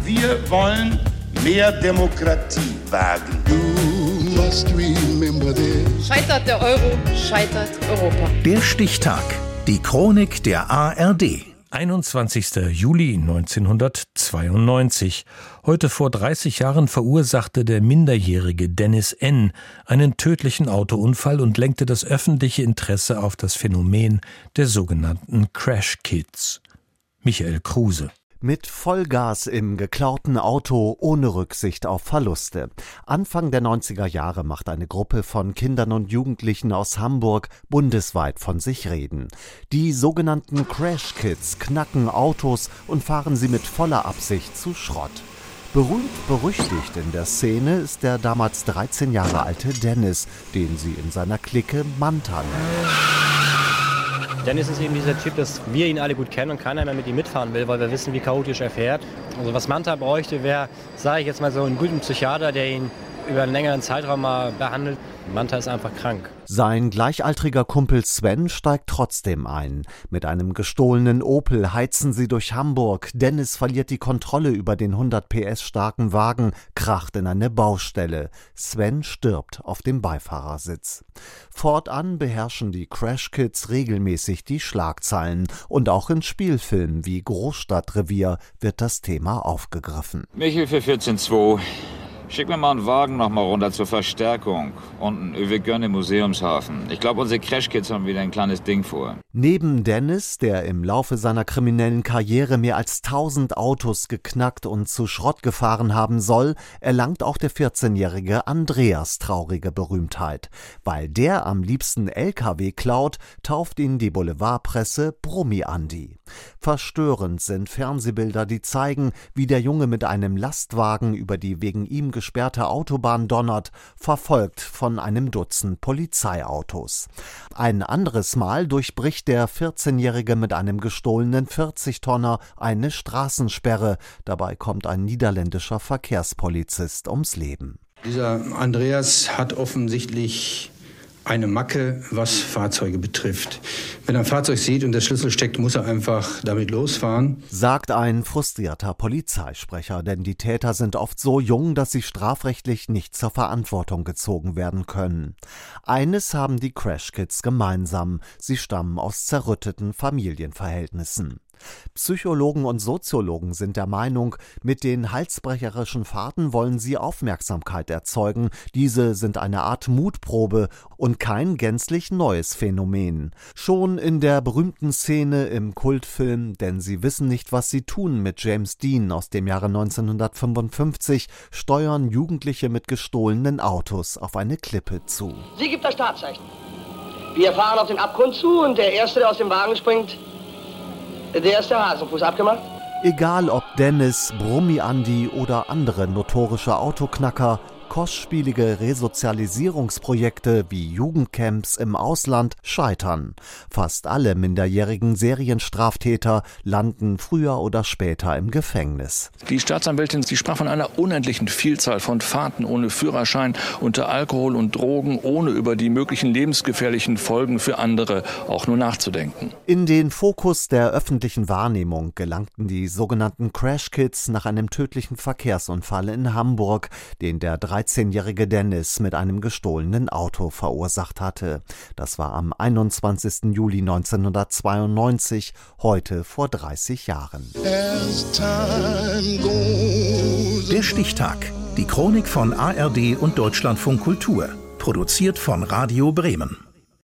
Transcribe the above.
Wir wollen mehr Demokratie wagen. Scheitert der Euro, scheitert Europa. Der Stichtag. Die Chronik der ARD. 21. Juli 1992. Heute vor 30 Jahren verursachte der minderjährige Dennis N. einen tödlichen Autounfall und lenkte das öffentliche Interesse auf das Phänomen der sogenannten Crash Kids. Michael Kruse. Mit Vollgas im geklauten Auto ohne Rücksicht auf Verluste. Anfang der 90er Jahre macht eine Gruppe von Kindern und Jugendlichen aus Hamburg bundesweit von sich reden. Die sogenannten Crash Kids knacken Autos und fahren sie mit voller Absicht zu Schrott. Berühmt berüchtigt in der Szene ist der damals 13 Jahre alte Dennis, den sie in seiner Clique Manta nennen. Dennis ist eben dieser Typ, dass wir ihn alle gut kennen und keiner mehr mit ihm mitfahren will, weil wir wissen, wie chaotisch er fährt. Also was Manta bräuchte, wäre, sage ich jetzt mal so, einen guten Psychiater, der ihn über einen längeren Zeitraum mal behandelt. Manta ist einfach krank. Sein gleichaltriger Kumpel Sven steigt trotzdem ein. Mit einem gestohlenen Opel heizen sie durch Hamburg. Dennis verliert die Kontrolle über den 100 PS starken Wagen, kracht in eine Baustelle. Sven stirbt auf dem Beifahrersitz. Fortan beherrschen die Crash Kids regelmäßig die Schlagzeilen. Und auch in Spielfilmen wie Großstadtrevier wird das Thema aufgegriffen. Michel für 14.2. Schick mir mal einen Wagen noch mal runter zur Verstärkung. Unten Öwe-Gönn im Museumshafen. Ich glaube, unsere Crash-Kids haben wieder ein kleines Ding vor. Neben Dennis, der im Laufe seiner kriminellen Karriere mehr als 1000 Autos geknackt und zu Schrott gefahren haben soll, erlangt auch der 14-jährige Andreas traurige Berühmtheit. Weil der am liebsten LKW klaut, tauft ihn die Boulevardpresse Brummi-Andi. Verstörend sind Fernsehbilder, die zeigen, wie der Junge mit einem Lastwagen über die wegen ihm gesperrte Autobahn donnert, verfolgt von einem Dutzend Polizeiautos. Ein anderes Mal durchbricht der 14-Jährige mit einem gestohlenen 40-Tonner eine Straßensperre. Dabei kommt ein niederländischer Verkehrspolizist ums Leben. Dieser Andreas hat offensichtlich eine Macke, was Fahrzeuge betrifft. Wenn er ein Fahrzeug sieht und der Schlüssel steckt, muss er einfach damit losfahren. Sagt ein frustrierter Polizeisprecher, denn die Täter sind oft so jung, dass sie strafrechtlich nicht zur Verantwortung gezogen werden können. Eines haben die Crash Kids gemeinsam: sie stammen aus zerrütteten Familienverhältnissen. Psychologen und Soziologen sind der Meinung, mit den halsbrecherischen Fahrten wollen sie Aufmerksamkeit erzeugen. Diese sind eine Art Mutprobe und kein gänzlich neues Phänomen. Schon in der berühmten Szene im Kultfilm "Denn sie wissen nicht, was sie tun" mit James Dean aus dem Jahre 1955 steuern Jugendliche mit gestohlenen Autos auf eine Klippe zu. Sie gibt das Startzeichen. Wir fahren auf den Abgrund zu und der Erste, der aus dem Wagen springt, der ist der Hasenfuß. Abgemacht? Egal ob Dennis, Brummi-Andi oder andere notorische Autoknacker, kostspielige Resozialisierungsprojekte wie Jugendcamps im Ausland scheitern. Fast alle minderjährigen Serienstraftäter landen früher oder später im Gefängnis. Die Staatsanwältin, sie sprach von einer unendlichen Vielzahl von Fahrten ohne Führerschein, unter Alkohol und Drogen, ohne über die möglichen lebensgefährlichen Folgen für andere auch nur nachzudenken. In den Fokus der öffentlichen Wahrnehmung gelangten die sogenannten Crash Kids nach einem tödlichen Verkehrsunfall in Hamburg, den der 13-jährige Dennis mit einem gestohlenen Auto verursacht hatte. Das war am 21. Juli 1992, heute vor 30 Jahren. Der Stichtag. Die Chronik von ARD und Deutschlandfunk Kultur. Produziert von Radio Bremen.